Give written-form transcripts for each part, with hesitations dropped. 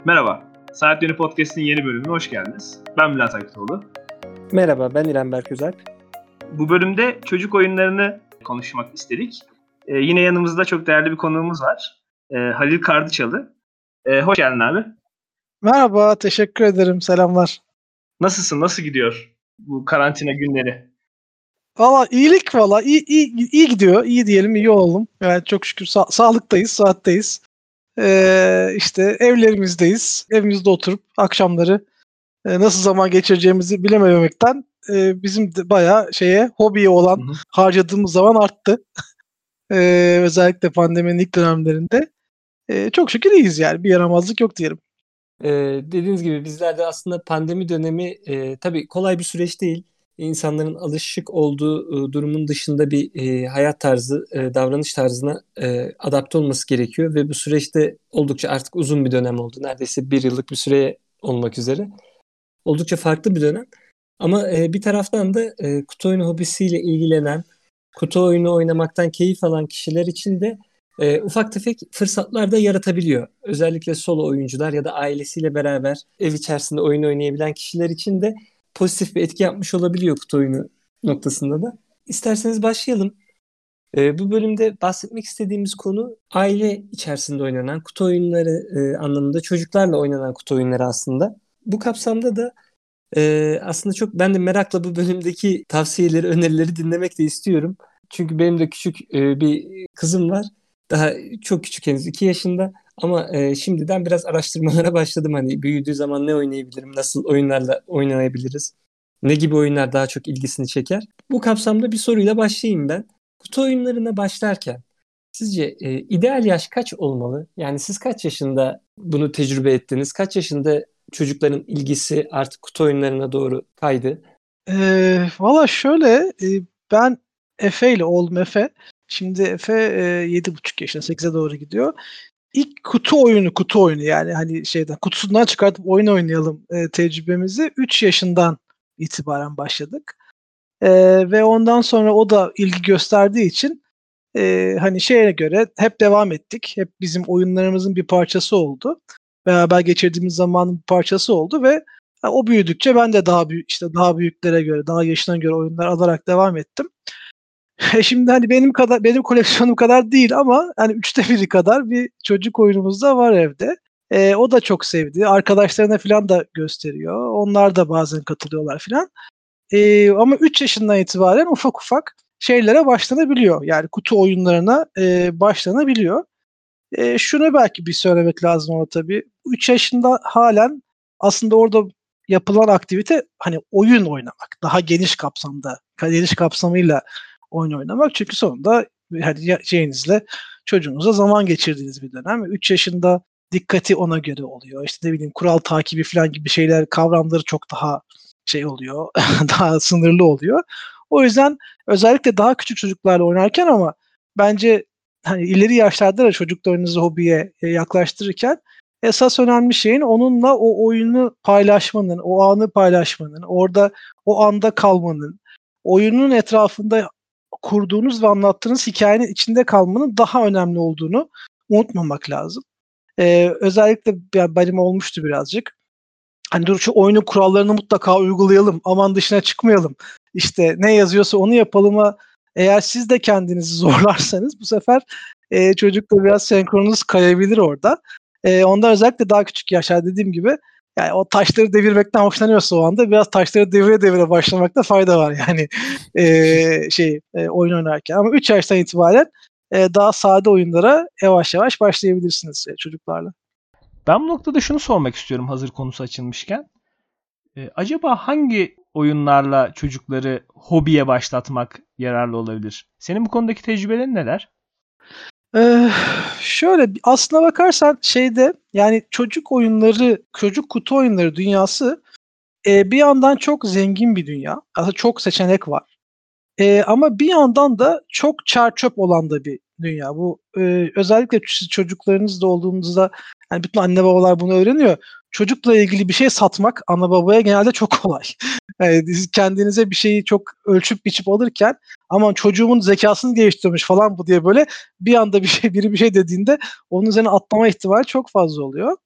Merhaba, Saat Yönü Podcast'in yeni bölümüne hoş geldiniz. Ben Bülent Akitoğlu. Merhaba, ben İrem Berk Özalp. Bu bölümde çocuk oyunlarını konuşmak istedik. Yine yanımızda çok değerli bir konuğumuz var. Halil Kardıçalı. Hoş geldin abi. Merhaba, teşekkür ederim. Selamlar. Nasılsın, nasıl gidiyor bu karantina günleri? Valla iyi gidiyor. İyi diyelim, iyi olalım. Yani çok şükür sağlıktayız, saatteyiz. İşte evlerimizdeyiz. Evimizde oturup akşamları nasıl zaman geçireceğimizi bilememekten bizim de bayağı hobiye olan harcadığımız zaman arttı. Özellikle pandeminin ilk dönemlerinde. Çok şükür iyiyiz yani. Bir yaramazlık yok diyelim. Dediğiniz gibi bizler de aslında pandemi dönemi tabii kolay bir süreç değil. İnsanların alışık olduğu durumun dışında bir hayat tarzı, davranış tarzına adapte olması gerekiyor ve bu süreçte oldukça artık uzun bir dönem oldu. Neredeyse bir yıllık bir süreye olmak üzere. Oldukça farklı bir dönem. Ama bir taraftan da kutu oyunu hobisiyle ilgilenen, kutu oyunu oynamaktan keyif alan kişiler için de ufak tefek fırsatlar da yaratabiliyor. Özellikle solo oyuncular ya da ailesiyle beraber ev içerisinde oyun oynayabilen kişiler için de pozitif bir etki yapmış olabiliyor kutu oyunu noktasında da. İsterseniz başlayalım. Bu bölümde bahsetmek istediğimiz konu aile içerisinde oynanan kutu oyunları anlamında çocuklarla oynanan kutu oyunları aslında. Bu kapsamda da aslında çok ben de merakla bu bölümdeki tavsiyeleri, önerileri dinlemek de istiyorum. Çünkü benim de küçük bir kızım var. Daha çok küçük, henüz 2 yaşında. Ama şimdiden biraz araştırmalara başladım. Hani büyüdüğü zaman ne oynayabilirim, nasıl oyunlarla oynayabiliriz, ne gibi oyunlar daha çok ilgisini çeker. Bu kapsamda bir soruyla başlayayım ben. Kutu oyunlarına başlarken sizce ideal yaş kaç olmalı? Yani siz kaç yaşında bunu tecrübe ettiniz? Kaç yaşında çocukların ilgisi artık kutu oyunlarına doğru kaydı? Valla şöyle, ben Efe ile oğlum Efe. Şimdi Efe 7,5 yaşında, 8'e doğru gidiyor. İlk kutu oyunu yani hani kutusundan çıkartıp oyun oynayalım tecrübemizi 3 yaşından itibaren başladık. Ve ondan sonra o da ilgi gösterdiği için hani şeye göre hep devam ettik. Hep bizim oyunlarımızın bir parçası oldu. Beraber geçirdiğimiz zamanın bir parçası oldu ve o büyüdükçe ben de daha büyüklere göre, daha yaşına göre oyunlar alarak devam ettim. Şimdi hani benim koleksiyonum kadar değil ama hani 1/3 kadar bir çocuk oyunumuz da var evde. O da çok sevdi. Arkadaşlarına falan da gösteriyor. Onlar da bazen katılıyorlar falan. Ama 3 yaşından itibaren ufak ufak şeylere başlanabiliyor. Yani kutu oyunlarına başlanabiliyor. Şunu belki bir söylemek lazım ama tabii. 3 yaşında halen aslında orada yapılan aktivite hani oyun oynamak. Daha geniş kapsamıyla oyun oynamak. Çünkü sonunda hani çocuğunuzla zaman geçirdiğiniz bir dönem. 3 yaşında dikkati ona göre oluyor. İşte ne bileyim kural takibi falan gibi şeyler, kavramları çok daha oluyor. Daha sınırlı oluyor. O yüzden özellikle daha küçük çocuklarla oynarken ama bence hani ileri yaşlarda da çocuklarınızı hobiye yaklaştırırken esas önemli şeyin onunla o oyunu paylaşmanın, o anı paylaşmanın, orada o anda kalmanın, oyunun etrafında kurduğunuz ve anlattığınız hikayenin içinde kalmanın daha önemli olduğunu unutmamak lazım. Özellikle benim olmuştu birazcık. Hani dur şu oyunun kurallarını mutlaka uygulayalım. Aman dışına çıkmayalım. İşte ne yazıyorsa onu yapalım'a eğer siz de kendinizi zorlarsanız bu sefer çocukla biraz senkronunuz kayabilir orada. Ondan özellikle daha küçük yaşlar dediğim gibi yani o taşları devirmekten hoşlanıyorsa o anda biraz taşları devire başlamakta fayda var yani oyun oynarken. Ama 3 yaştan itibaren daha sade oyunlara yavaş yavaş başlayabilirsiniz çocuklarla. Ben bu noktada şunu sormak istiyorum hazır konusu açılmışken. Acaba hangi oyunlarla çocukları hobiye başlatmak yararlı olabilir? Senin bu konudaki tecrübelerin neler? Şöyle aslına bakarsan yani çocuk kutu oyunları dünyası bir yandan çok zengin bir dünya. Aslında çok seçenek var. Ama bir yandan da çok çer-çöp olan da bir dünya. Bu özellikle siz çocuklarınız da olduğunuzda hani bütün anne babalar bunu öğreniyor. çocukla ilgili bir şey satmak ana babaya genelde çok kolay. Yani siz kendinize bir şeyi çok ölçüp biçip alırken aman çocuğumun zekasını geliştiriyormuş falan bu diye böyle bir anda biri bir şey dediğinde onun üzerine atlama ihtimali çok fazla oluyor.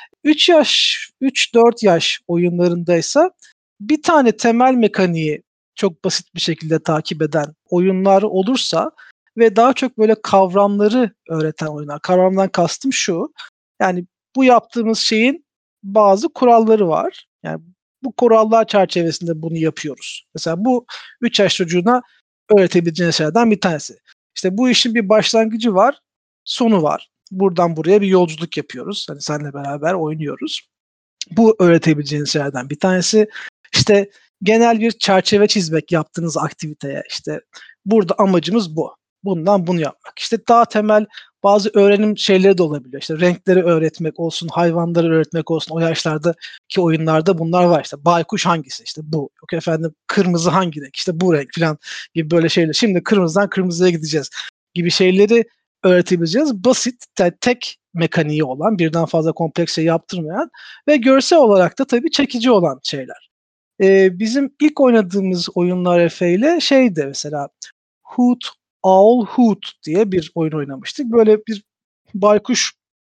3-4 yaş oyunlarındaysa bir tane temel mekaniği çok basit bir şekilde takip eden oyunlar olursa ve daha çok böyle kavramları öğreten oyunlar. Kavramdan kastım şu. Yani bu yaptığımız şeyin bazı kuralları var. Yani bu kurallar çerçevesinde bunu yapıyoruz. Mesela bu 3 yaş çocuğuna öğretebileceğiniz şeylerden bir tanesi. İşte bu işin bir başlangıcı var, sonu var. Buradan buraya bir yolculuk yapıyoruz. Hani seninle beraber oynuyoruz. Bu öğretebileceğiniz şeylerden bir tanesi. İşte genel bir çerçeve çizmek yaptığınız aktiviteye. İşte burada amacımız bu. Bundan bunu yapmak. İşte daha temel bazı öğrenim şeyleri de olabiliyor. İşte renkleri öğretmek olsun, hayvanları öğretmek olsun. O yaşlardaki oyunlarda bunlar var. İşte baykuş hangisi? İşte bu. Yok efendim kırmızı hangi renk? İşte bu renk falan gibi böyle şeyler. Şimdi kırmızıdan kırmızıya gideceğiz gibi şeyleri öğretebileceğiz. Basit, tek mekaniği olan, birden fazla kompleks şey yaptırmayan ve görsel olarak da tabii çekici olan şeyler. Bizim ilk oynadığımız oyunlar Efe ile şeydi mesela Hoot Owl Hoot diye bir oyun oynamıştık. Böyle bir baykuşlar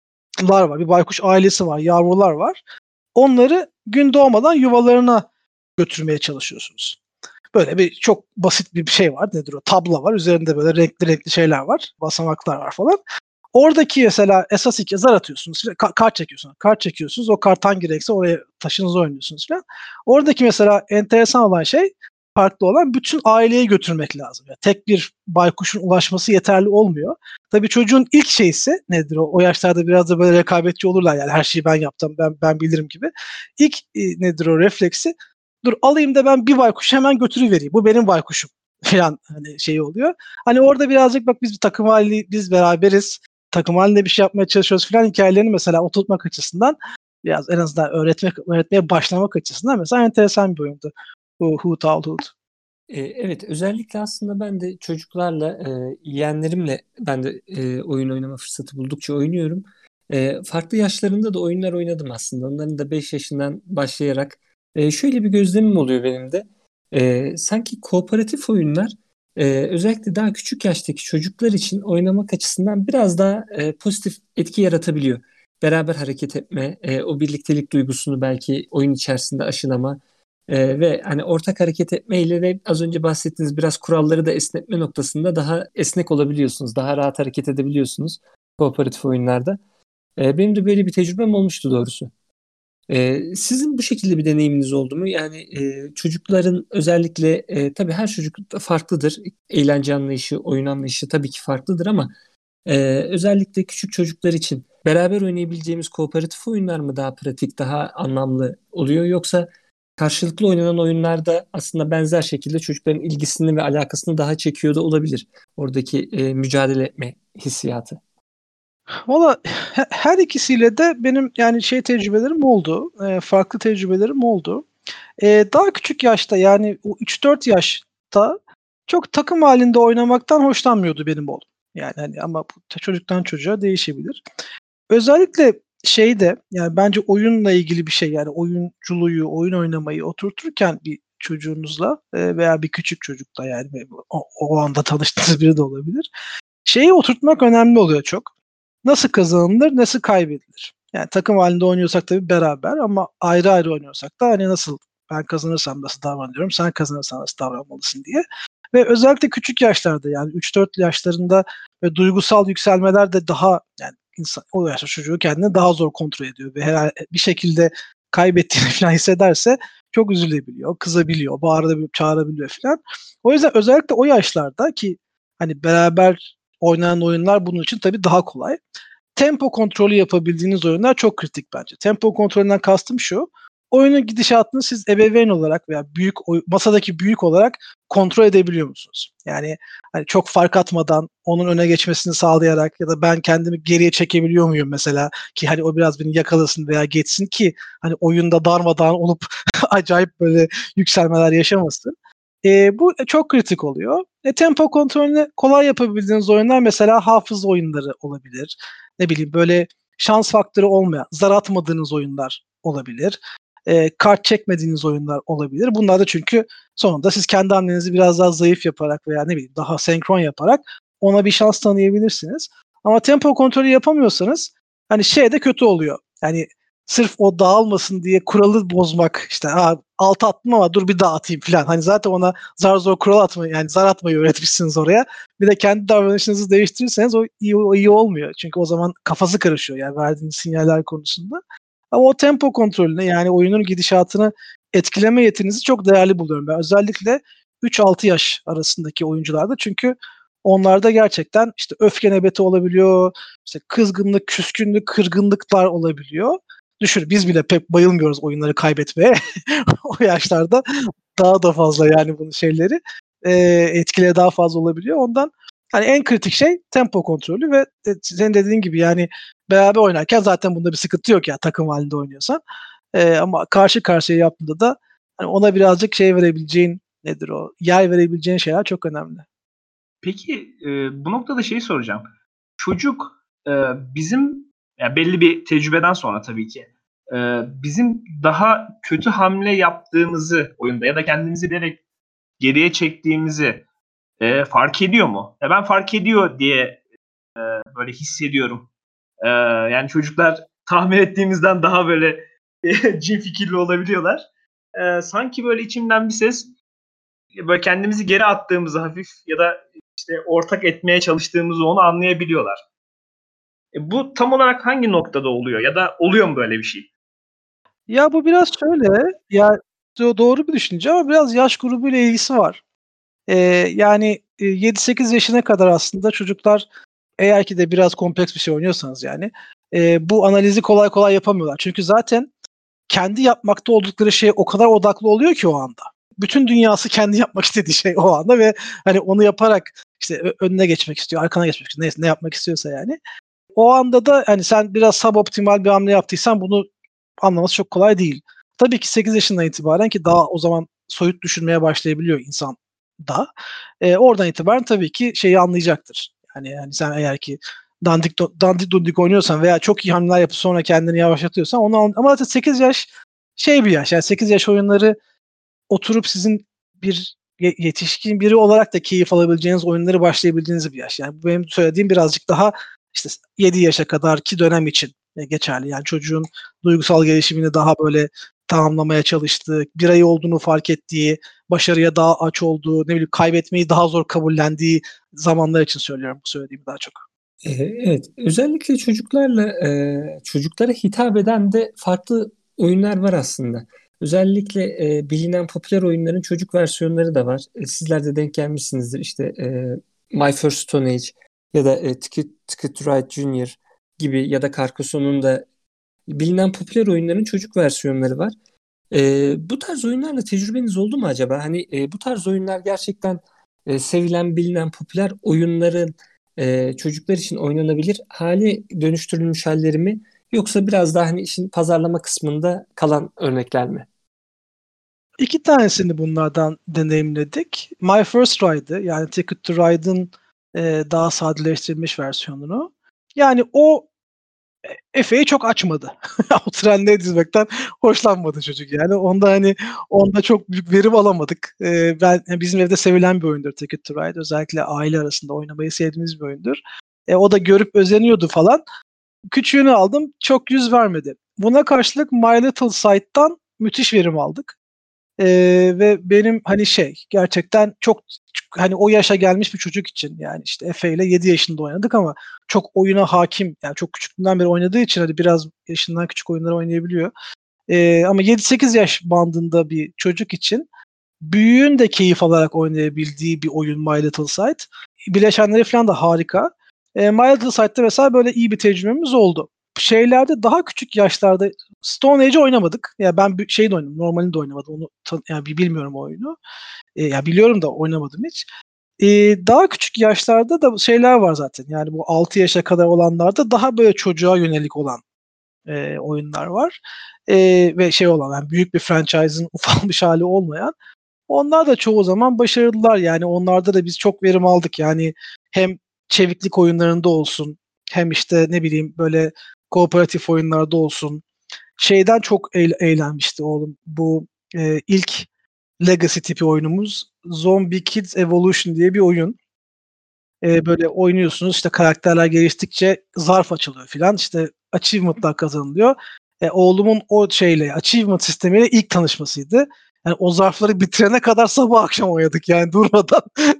var, bir baykuş ailesi var, yavrular var. Onları gün doğmadan yuvalarına götürmeye çalışıyorsunuz. Böyle bir çok basit bir şey var. Nedir o? Tablo var. Üzerinde böyle renkli şeyler var. Basamaklar var falan. Oradaki mesela esas iki zar atıyorsunuz. Kart çekiyorsunuz. Kart çekiyorsunuz. O kart hangi renkse oraya taşınızı oynuyorsunuz falan. Oradaki mesela enteresan olan şey farklı olan bütün aileyi götürmek lazım. Yani tek bir baykuşun ulaşması yeterli olmuyor. Tabii çocuğun ilk şeysi nedir o? O yaşlarda biraz da böyle rekabetçi olurlar yani her şeyi ben yaptım, ben bilirim gibi. İlk nedir o refleksi? Dur alayım da ben bir baykuş hemen götürüvereyim. Bu benim baykuşum falan hani şey oluyor. Hani orada birazcık bak biz bir takım halinde biz beraberiz. Takım halinde bir şey yapmaya çalışıyoruz falan hikayelerini mesela oturtmak açısından biraz en azından öğretmeye başlamak açısından mesela enteresan bir oyundu. Bu Hoot Owl Hoot. Evet, özellikle aslında ben de çocuklarla, yeğenlerimle ben de oyun oynama fırsatı buldukça oynuyorum. Farklı yaşlarında da oyunlar oynadım aslında. Onların da 5 yaşından başlayarak şöyle bir gözlemim oluyor benim de. Sanki kooperatif oyunlar özellikle daha küçük yaştaki çocuklar için oynamak açısından biraz daha pozitif etki yaratabiliyor. Beraber hareket etme, o birliktelik duygusunu belki oyun içerisinde aşılama. Ve hani ortak hareket etmeyle de az önce bahsettiğiniz biraz kuralları da esnetme noktasında daha esnek olabiliyorsunuz. Daha rahat hareket edebiliyorsunuz kooperatif oyunlarda. Benim de böyle bir tecrübem olmuştu doğrusu. Sizin bu şekilde bir deneyiminiz oldu mu? Yani çocukların özellikle tabii her çocuk da farklıdır. Eğlence anlayışı, oyun anlayışı tabii ki farklıdır ama özellikle küçük çocuklar için beraber oynayabileceğimiz kooperatif oyunlar mı daha pratik, daha anlamlı oluyor yoksa karşılıklı oynanan oyunlarda aslında benzer şekilde çocukların ilgisini ve alakasını daha çekiyor da olabilir. Oradaki mücadele etme hissiyatı. Valla her ikisiyle de benim yani tecrübelerim oldu. Farklı tecrübelerim oldu. Daha küçük yaşta yani o 3-4 yaşta çok takım halinde oynamaktan hoşlanmıyordu benim oğlum. Yani hani ama bu çocuktan çocuğa değişebilir. Özellikle yani bence oyunla ilgili bir şey yani oyunculuğu, oyun oynamayı oturturken bir çocuğunuzla veya bir küçük çocukla yani o anda tanıştığınız biri de olabilir. Şeyi oturtmak önemli oluyor çok. Nasıl kazanılır, nasıl kaybedilir? Yani takım halinde oynuyorsak tabii beraber ama ayrı ayrı oynuyorsak da hani nasıl ben kazanırsam nasıl davranıyorum, sen kazanırsan nasıl davranmalısın diye. Ve özellikle küçük yaşlarda yani 3-4 yaşlarında ve duygusal yükselmeler de daha yani insan o yaşta çocuğu kendini daha zor kontrol ediyor ve herhalde bir şekilde kaybettiğini falan hissederse çok üzülebiliyor, kızabiliyor, bağırabiliyor, çağırabiliyor falan. O yüzden özellikle o yaşlarda ki hani beraber oynanan oyunlar bunun için tabii daha kolay. Tempo kontrolü yapabildiğiniz oyunlar çok kritik bence. Tempo kontrolünden kastım şu. Oyunun gidişatını siz ebeveyn olarak veya masadaki büyük olarak kontrol edebiliyor musunuz? Yani hani çok fark atmadan onun öne geçmesini sağlayarak ya da ben kendimi geriye çekebiliyor muyum mesela ki hani o biraz beni yakalasın veya geçsin ki hani oyunda darmadağın olup acayip böyle yükselmeler yaşamasın. Bu çok kritik oluyor. Tempo kontrolünü kolay yapabildiğiniz oyunlar mesela hafıza oyunları olabilir. Ne bileyim böyle şans faktörü olmayan, zar atmadığınız oyunlar olabilir. Kart çekmediğiniz oyunlar olabilir. Bunlar da çünkü sonunda siz kendi hamlenizi biraz daha zayıf yaparak veya ne bileyim daha senkron yaparak ona bir şans tanıyabilirsiniz. Ama tempo kontrolü yapamıyorsanız hani şey de kötü oluyor. Yani sırf o dağılmasın diye kuralı bozmak, işte altı attım ama dur bir daha atayım falan. Hani zaten ona zar zor kural atmayı, yani zar atmayı öğretmişsiniz oraya. Bir de kendi davranışınızı değiştirirseniz o iyi olmuyor. Çünkü o zaman kafası karışıyor yani verdiğiniz sinyaller konusunda. Ama o tempo kontrolünü, yani oyunun gidişatını etkileme yetinizi çok değerli buluyorum ben. Özellikle 3-6 yaş arasındaki oyuncularda, çünkü onlarda gerçekten işte öfke nöbeti olabiliyor, işte kızgınlık, küskünlük, kırgınlıklar olabiliyor. Düşün, biz bile pek bayılmıyoruz oyunları kaybetmeye. O yaşlarda daha da fazla yani bunun şeyleri etkileri daha fazla olabiliyor. Ondan hani en kritik şey tempo kontrolü ve senin dediğin gibi yani beraber oynarken zaten bunda bir sıkıntı yok ya, takım halinde oynuyorsan. Ama karşı karşıya yaptığında da hani ona birazcık şey verebileceğin, nedir o, yer verebileceğin şeyler çok önemli. Peki bu noktada şeyi soracağım. Çocuk bizim yani belli bir tecrübeden sonra tabii ki bizim daha kötü hamle yaptığımızı oyunda ya da kendimizi bilerek geriye çektiğimizi fark ediyor mu? Ben fark ediyor diye böyle hissediyorum. Yani çocuklar tahmin ettiğimizden daha böyle cin fikirli olabiliyorlar. Sanki böyle içimden bir ses böyle kendimizi geri attığımızı hafif ya da işte ortak etmeye çalıştığımızı onu anlayabiliyorlar. Bu tam olarak hangi noktada oluyor ya da oluyor mu böyle bir şey? Ya bu biraz şöyle, ya doğru bir düşünce ama biraz yaş grubuyla ilgisi var. Yani 7-8 yaşına kadar aslında çocuklar, eğer ki de biraz kompleks bir şey oynuyorsanız yani, bu analizi kolay kolay yapamıyorlar. Çünkü zaten kendi yapmakta oldukları şeye o kadar odaklı oluyor ki o anda. Bütün dünyası kendi yapmak istediği şey o anda ve hani onu yaparak işte önüne geçmek istiyor, arkana geçmek istiyor. Neyse, ne yapmak istiyorsa yani. O anda da hani sen biraz suboptimal bir hamle yaptıysan bunu anlaması çok kolay değil. Tabii ki 8 yaşından itibaren, ki daha o zaman soyut düşünmeye başlayabiliyor insan da. Oradan itibaren tabii ki şeyi anlayacaktır. Yani sen eğer ki dandik dundik oynuyorsan veya çok iyi hamleler yapıp sonra kendini yavaşlatıyorsan onu ama zaten 8 yaş şey bir yaş. Yani 8 yaş oyunları oturup sizin bir yetişkin biri olarak da keyif alabileceğiniz oyunları başlayabildiğiniz bir yaş. Yani bu benim söylediğim birazcık daha işte 7 yaşa kadarki dönem için geçerli. Yani çocuğun duygusal gelişimini daha böyle tamamlamaya çalıştığı, birey olduğunu fark ettiği, başarıya daha aç olduğu, ne bileyim kaybetmeyi daha zor kabullendiği zamanlar için söylüyorum bu söylediğimi daha çok. Evet, özellikle çocuklara hitap eden de farklı oyunlar var aslında. Özellikle bilinen popüler oyunların çocuk versiyonları da var. Sizler de denk gelmişsinizdir. İşte My First Stone Age ya da Ticket to Ride Junior gibi ya da Carcassonne'un da bilinen popüler oyunların çocuk versiyonları var. Bu tarz oyunlarla tecrübeniz oldu mu acaba? Hani bu tarz oyunlar gerçekten sevilen, bilinen, popüler oyunların çocuklar için oynanabilir hali dönüştürülmüş halleri mi? Yoksa biraz daha hani işin pazarlama kısmında kalan örnekler mi? 2 tanesini bunlardan deneyimledik. My First Ride'ı, yani Ticket to Ride'ın daha sadeleştirilmiş versiyonunu. Yani o Efe'yi çok açmadı. O trende dizmekten hoşlanmadı çocuk yani. Onda çok büyük verim alamadık. Bizim evde sevilen bir oyundur Ticket to Ride. Özellikle aile arasında oynamayı sevdiğimiz bir oyundur. O da görüp özeniyordu falan. Küçüğünü aldım, çok yüz vermedi. Buna karşılık My Little Side'dan müthiş verim aldık. Ve benim hani gerçekten çok hani o yaşa gelmiş bir çocuk için, yani işte Efe ile 7 yaşında oynadık ama çok oyuna hakim, yani çok küçüklüğünden beri oynadığı için hani biraz yaşından küçük oyunları oynayabiliyor. Ama 7-8 yaş bandında bir çocuk için büyüğün de keyif alarak oynayabildiği bir oyun My Little Sight. Bileşenleri falan da harika. My Little Sight'ta mesela böyle iyi bir tecrübemiz oldu. Şeylerde daha küçük yaşlarda Stone Age'i oynamadık. Ya ben şeyi de oynadım, normalini de oynamadım. Onu yani bilmiyorum o oyunu. Ya biliyorum da oynamadım hiç. Daha küçük yaşlarda da şeyler var zaten. Yani bu 6 yaşa kadar olanlarda daha böyle çocuğa yönelik olan oyunlar var. Ve şey olan, yani büyük bir franchise'ın ufalmış hali olmayan. Onlar da çoğu zaman başarılılar. Yani onlarda da biz çok verim aldık. Yani hem çeviklik oyunlarında olsun, hem işte ne bileyim böyle kooperatif oyunlarda olsun. Şeyden çok eğlenmişti oğlum. Bu ilk Legacy tipi oyunumuz Zombie Kids Evolution diye bir oyun. Böyle oynuyorsunuz, işte karakterler geliştikçe zarf açılıyor filan, işte achievement'lar kazanılıyor. Oğlumun o achievement sistemiyle ilk tanışmasıydı. Yani o zarfları bitirene kadar sabah akşam oynadık yani durmadan.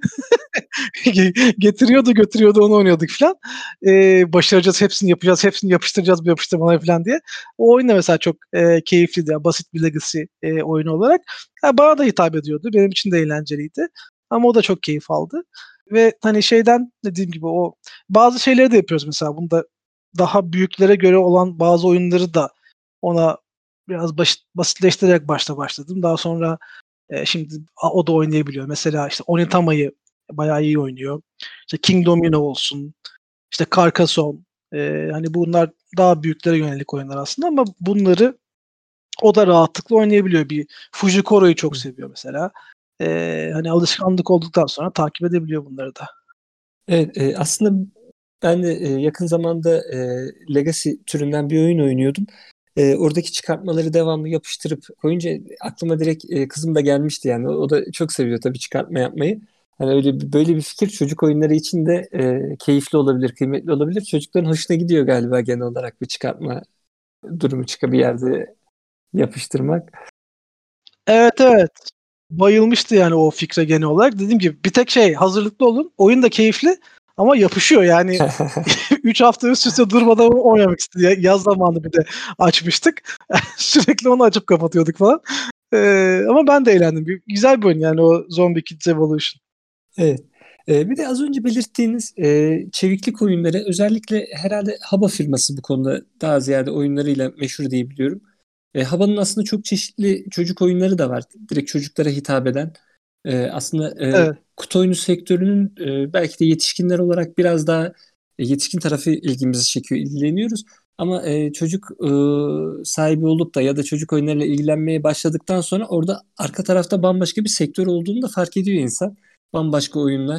Getiriyordu götürüyordu, onu oynuyorduk filan. Başaracağız, hepsini yapacağız, hepsini yapıştıracağız bu yapıştırmaları filan diye. O oyun da mesela çok keyifliydi. Yani basit bir Legacy oyunu olarak. Bana da hitap ediyordu. Benim için de eğlenceliydi. Ama o da çok keyif aldı. Ve hani şeyden dediğim gibi o bazı şeyleri de yapıyoruz mesela. Bunda daha büyüklere göre olan bazı oyunları da ona biraz basitleştirerek başladım. Daha sonra şimdi o da oynayabiliyor. Mesela işte Onitama'yı bayağı iyi oynuyor. İşte King Domino olsun, işte Carcassonne. Hani bunlar daha büyüklere yönelik oyunlar aslında ama bunları o da rahatlıkla oynayabiliyor. Bir Fujikoro'yu çok seviyor mesela. Hani alışkanlık olduktan sonra takip edebiliyor bunları da. Evet, aslında ben de yakın zamanda Legacy türünden bir oyun oynuyordum. Oradaki çıkartmaları devamlı yapıştırıp koyunca aklıma direkt kızım da gelmişti yani. O da çok seviyor tabii çıkartma yapmayı. Hani böyle bir fikir çocuk oyunları için de keyifli olabilir, kıymetli olabilir. Çocukların hoşuna gidiyor galiba genel olarak bir çıkartma durumu bir yerde yapıştırmak. Evet. Bayılmıştı yani o fikre genel olarak. Dediğim gibi bir tek hazırlıklı olun. Oyun da keyifli ama yapışıyor yani. 3 hafta üst üste durmadan oynamak istedi. Yaz zamanı bir de açmıştık. Sürekli onu açıp kapatıyorduk falan. Ama ben de eğlendim. Güzel bir oyun yani o Zombie Kids Evolution. Evet. Bir de az önce belirttiğiniz çeviklik oyunları özellikle herhalde Haba firması bu konuda daha ziyade oyunlarıyla meşhur diye biliyorum. Haba'nın aslında çok çeşitli çocuk oyunları da var. Direkt çocuklara hitap eden. Aslında Evet. kutu oyunu sektörünün belki de yetişkinler olarak biraz daha yetişkin tarafı ilgimizi çekiyor, ilgileniyoruz. Ama çocuk sahibi olup da ya da çocuk oyunlarıyla ilgilenmeye başladıktan sonra orada arka tarafta bambaşka bir sektör olduğunu da fark ediyor insan. Bambaşka oyunlar.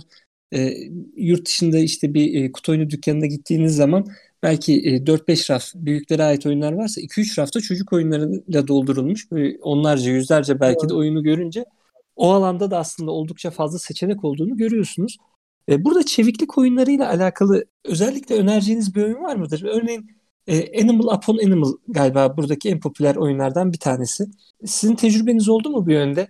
Yurt dışında işte bir kutu oyunu dükkanına gittiğiniz zaman belki 4-5 raf büyüklere ait oyunlar varsa 2-3 rafta çocuk oyunlarıyla doldurulmuş. Böyle onlarca, yüzlerce belki de oyunu görünce o alanda da aslında oldukça fazla seçenek olduğunu görüyorsunuz. Burada çeviklik oyunlarıyla alakalı özellikle önereceğiniz bir oyun var mıdır? Örneğin Animal Upon Animal galiba buradaki en popüler oyunlardan bir tanesi. Sizin tecrübeniz oldu mu bu yönde?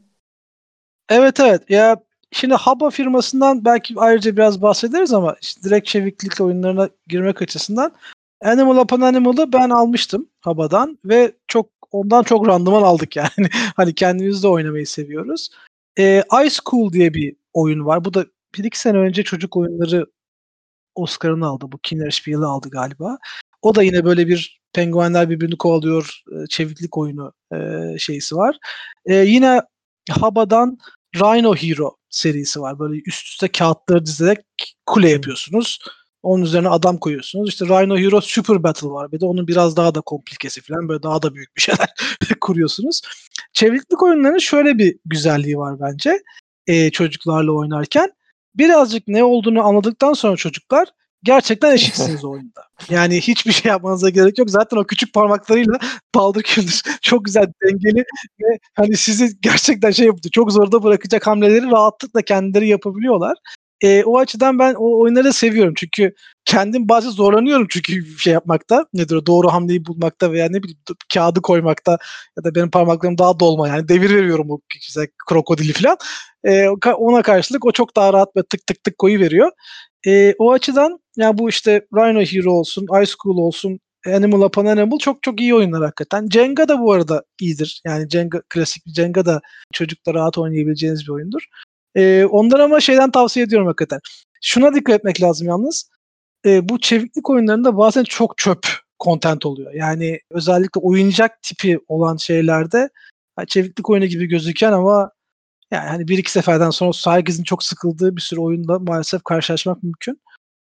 Evet. Ya şimdi Habba firmasından belki ayrıca biraz bahsederiz ama işte direkt çeviklik oyunlarına girmek açısından Animal Upon Animal'ı ben almıştım Habba'dan ve ondan çok randıman aldık yani. Hani kendimiz de oynamayı seviyoruz. Ice Cool diye bir oyun var. Bu da 1-2 sene önce çocuk oyunları Oscar'ını aldı. Bu Kinderspiel'i aldı galiba. O da yine böyle bir penguenler birbirini kovalıyor, çeviklik oyunu şeysi var. Yine Habba'dan Rhino Hero serisi var. Böyle üst üste kağıtları dizerek kule yapıyorsunuz. Onun üzerine adam koyuyorsunuz. İşte Rhino Hero Super Battle var. Bir de onun biraz daha da komplikesi falan, böyle daha da büyük bir şeyler kuruyorsunuz. Çeviklik oyunlarının şöyle bir güzelliği var bence. Çocuklarla oynarken. Birazcık ne olduğunu anladıktan sonra çocuklar gerçekten eşitsiniz o oyunda. Yani hiçbir şey yapmanıza gerek yok. Zaten o küçük parmaklarıyla paldır küldür çok güzel dengeli ve hani sizi gerçekten yaptı. Çok zorda bırakacak hamleleri rahatlıkla kendileri yapabiliyorlar. O açıdan ben o oyunları seviyorum. Çünkü kendim bazen zorlanıyorum çünkü yapmakta. Nedir o? Doğru hamleyi bulmakta veya ne bileyim kağıdı koymakta ya da benim parmaklarım daha dolma yani devir veriyorum o krokodili falan. Ona karşılık o çok daha rahat ve tık tık tık koyuveriyor. O açıdan ya bu işte Rhino Hero olsun, Ice School olsun, Animal Upon Animal çok çok iyi oyunlar hakikaten. Jenga da bu arada iyidir. Yani Jenga, klasik bir Jenga da çocukla rahat oynayabileceğiniz bir oyundur. Onları ama tavsiye ediyorum hakikaten. Şuna dikkat etmek lazım yalnız. Bu çeviklik oyunlarında bazen çok çöp content oluyor. Yani özellikle oyuncak tipi olan şeylerde çeviklik oyunu gibi gözüken ama yani hani 1-2 seferden sonra herkesin çok sıkıldığı bir sürü oyunda maalesef karşılaşmak mümkün.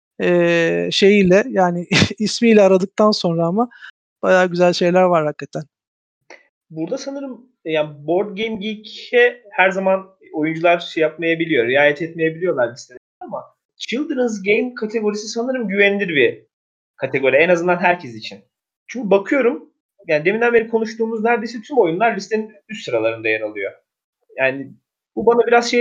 Şeyiyle yani ismiyle aradıktan sonra ama bayağı güzel şeyler var hakikaten. Burada sanırım yani Board Game Geek'e her zaman oyuncular yapmayabiliyor, riayet etmeyebiliyorlar listelerine ama Children's Game kategorisi sanırım güvenilir bir kategori. En azından herkes için. Çünkü bakıyorum yani deminden beri konuştuğumuz neredeyse tüm oyunlar listenin üst sıralarında yer alıyor. Yani bu bana biraz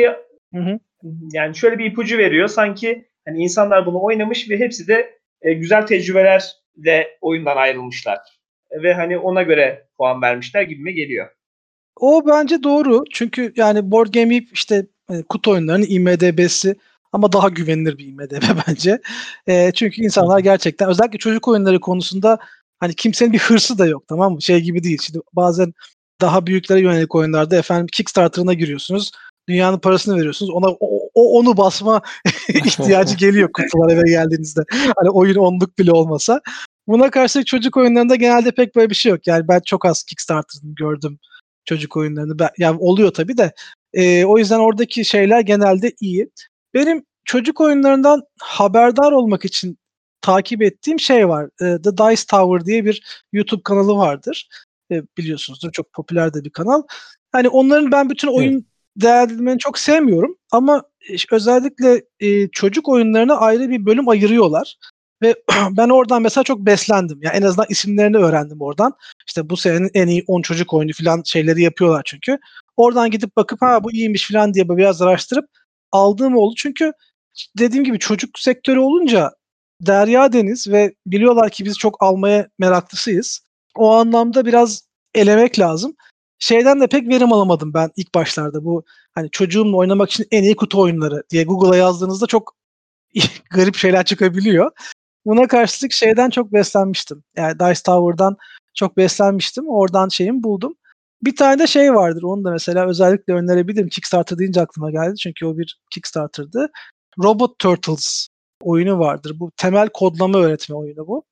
yani şöyle bir ipucu veriyor. Sanki hani insanlar bunu oynamış ve hepsi de güzel tecrübelerle oyundan ayrılmışlar. Ve hani ona göre puan vermişler gibime geliyor. O bence doğru. Çünkü yani Board Game Geek işte kutu oyunlarının IMDb'si ama daha güvenilir bir IMDb bence. Çünkü insanlar gerçekten özellikle çocuk oyunları konusunda hani kimsenin bir hırsı da yok, tamam mı? Şey gibi değil. Şimdi bazen daha büyüklere yönelik oyunlarda efendim Kickstarter'ına giriyorsunuz. Dünyanın parasını veriyorsunuz. Ona onu basma ihtiyacı geliyor kutular eve geldiğinizde. Hani oyun onluk bile olmasa. Buna karşılık çocuk oyunlarında genelde pek böyle bir şey yok. Yani ben çok az Kickstarter'ını gördüm çocuk oyunlarını. Yani oluyor tabii de. O yüzden oradaki şeyler genelde iyi. Benim çocuk oyunlarından haberdar olmak için takip ettiğim şey var. The Dice Tower diye bir YouTube kanalı vardır. Biliyorsunuzdur. Çok popüler de bir kanal. Hani onların ben bütün oyun değerlendirmelerini çok sevmiyorum ama özellikle çocuk oyunlarına ayrı bir bölüm ayırıyorlar. Ve ben oradan mesela çok beslendim. Yani en azından isimlerini öğrendim oradan. İşte bu senenin en iyi 10 çocuk oyunu falan şeyleri yapıyorlar çünkü. Oradan gidip bakıp ha bu iyiymiş falan diye biraz araştırıp aldığım oldu. Çünkü dediğim gibi çocuk sektörü olunca derya deniz ve biliyorlar ki biz çok almaya meraklısıyız. O anlamda biraz elemek lazım. Şeyden de pek verim alamadım ben ilk başlarda. Bu hani çocuğumla oynamak için en iyi kutu oyunları diye Google'a yazdığınızda çok garip şeyler çıkabiliyor. Buna karşılık şeyden çok beslenmiştim. Yani Dice Tower'dan çok beslenmiştim. Oradan şeyimi buldum. Bir tane de şey vardır. Onu da mesela özellikle önerebilirim. Kickstarter deyince aklıma geldi. Çünkü o bir Kickstarter'dı. Robot Turtles oyunu vardır. Bu temel kodlama öğretme oyunu bu.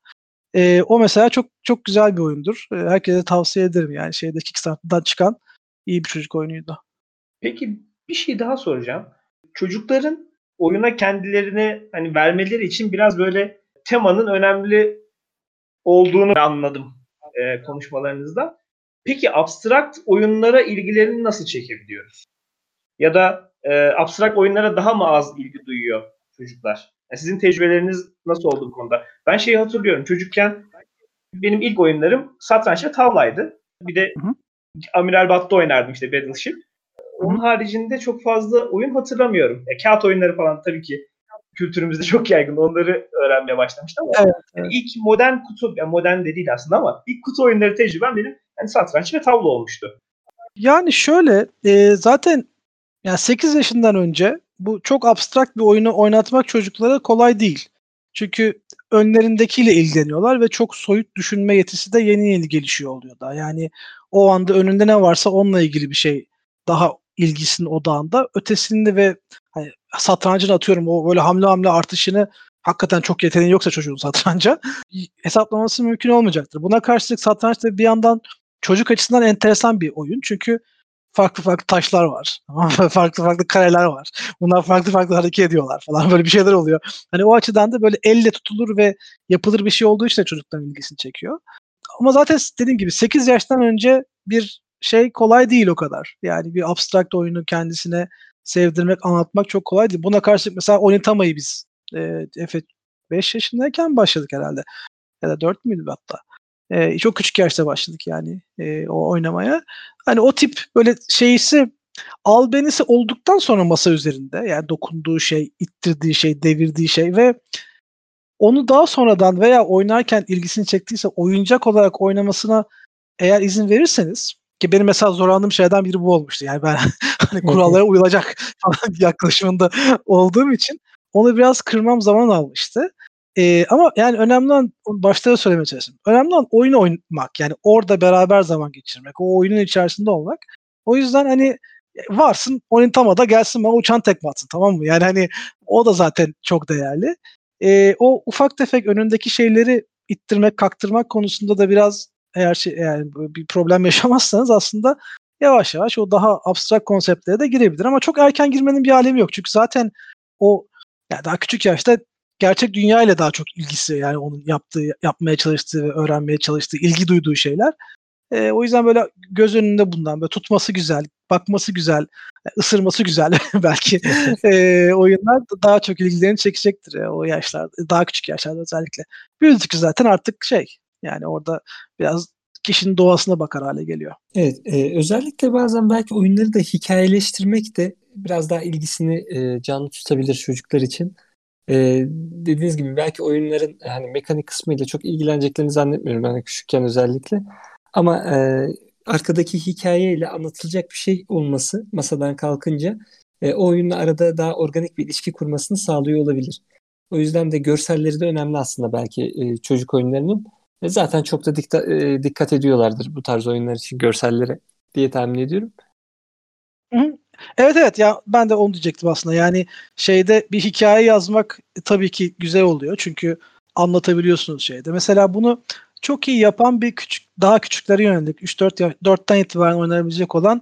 O mesela çok çok güzel bir oyundur. Herkese tavsiye ederim. Yani şeyde Kickstarter'dan çıkan iyi bir çocuk oyunuydu. Peki bir şey daha soracağım. Çocukların oyuna kendilerini hani vermeleri için biraz böyle temanın önemli olduğunu anladım konuşmalarınızda. Peki abstrakt oyunlara ilgilerini nasıl çekebiliyoruz? Ya da abstrakt oyunlara daha mı az ilgi duyuyor çocuklar? Yani sizin tecrübeleriniz nasıl oldu bu konuda? Ben şeyi hatırlıyorum. Çocukken benim ilk oyunlarım satranç ve tavlaydı. Bir de Amiral Batt'ta oynardım işte Battleship. Onun haricinde çok fazla oyun hatırlamıyorum. Kağıt oyunları falan tabii ki kültürümüzde çok yaygın. Onları öğrenmeye başlamıştım ama Evet. yani ilk modern kutu, yani modern de değil aslında ama ilk kutu oyunları tecrübem benim yani satranç ve tavla olmuştu. Yani şöyle zaten yani 8 yaşından önce bu çok abstrakt bir oyunu oynatmak çocuklara kolay değil. Çünkü önlerindekiyle ilgileniyorlar ve çok soyut düşünme yetisi de yeni yeni gelişiyor oluyor da. Yani o anda önünde ne varsa onunla ilgili bir şey daha ilgisinin odağında. Ötesinde ve hani satrancını atıyorum o böyle hamle hamle artışını hakikaten çok yeteneği yoksa çocuğun satranca hesaplaması mümkün olmayacaktır. Buna karşılık satranç da bir yandan çocuk açısından enteresan bir oyun. Çünkü farklı farklı taşlar var. Farklı farklı kareler var. Bunlar farklı farklı hareket ediyorlar falan. Böyle bir şeyler oluyor. Hani o açıdan da böyle elle tutulur ve yapılır bir şey olduğu için de çocukların ilgisini çekiyor. Ama zaten dediğim gibi 8 yaştan önce bir şey kolay değil o kadar. Yani bir abstrakt oyunu kendisine sevdirmek, anlatmak çok kolay değil. Buna karşılık mesela Onitama'yı biz Efe 5 yaşındayken başladık herhalde. Ya da 4 müydü hatta? Çok küçük yaşta başladık yani o oynamaya. Hani o tip böyle şeysi albenisi olduktan sonra masa üzerinde yani dokunduğu şey, ittirdiği şey, devirdiği şey ve onu daha sonradan veya oynarken ilgisini çektiyse oyuncak olarak oynamasına eğer izin verirseniz ki benim mesela zorlandığım şeylerden biri bu olmuştu. Yani ben hani kurallara uyulacak falan yaklaşımında olduğum için onu biraz kırmam zaman almıştı. Ama yani önemli olan başta da söylemeye çalıştım. Önemli olan oyunu oynamak. Yani orada beraber zaman geçirmek. O oyunun içerisinde olmak. O yüzden hani varsın Onitama'da gelsin bana uçan tekme atsın, tamam mı? Yani hani o da zaten çok değerli. O ufak tefek önündeki şeyleri ittirmek, kaktırmak konusunda da biraz eğer yani bir problem yaşamazsanız aslında yavaş yavaş o daha abstrakt konseptlere de girebilir. Ama çok erken girmenin bir alemi yok. Çünkü zaten o yani daha küçük yaşta gerçek dünya ile daha çok ilgisi yani onun yapmaya çalıştığı ve öğrenmeye çalıştığı, ilgi duyduğu şeyler. O yüzden böyle göz önünde bundan böyle tutması güzel, bakması güzel, ısırması güzel belki oyunlar daha çok ilgilerini çekecektir o yaşlarda, daha küçük yaşlarda özellikle. Büyüdükçe zaten artık şey Yani orada biraz kişinin doğasına bakar hale geliyor. Evet, özellikle bazen belki oyunları da hikayeleştirmek de biraz daha ilgisini canlı tutabilir çocuklar için. Dediğiniz gibi belki oyunların hani mekanik kısmıyla çok ilgileneceklerini zannetmiyorum ben de küçükken özellikle. Ama arkadaki hikayeyle anlatılacak bir şey olması masadan kalkınca o oyunla arada daha organik bir ilişki kurmasını sağlıyor olabilir. O yüzden de görselleri de önemli aslında belki çocuk oyunlarının. Zaten çok da dikkat ediyorlardır bu tarz oyunlar için görsellere diye tahmin ediyorum. Hı hı. Evet ya ben de onu diyecektim aslında. Yani şeyde bir hikaye yazmak tabii ki güzel oluyor. Çünkü anlatabiliyorsunuz şeyde. Mesela bunu çok iyi yapan bir daha küçüklere yönelik 4'ten itibaren oynanabilecek olan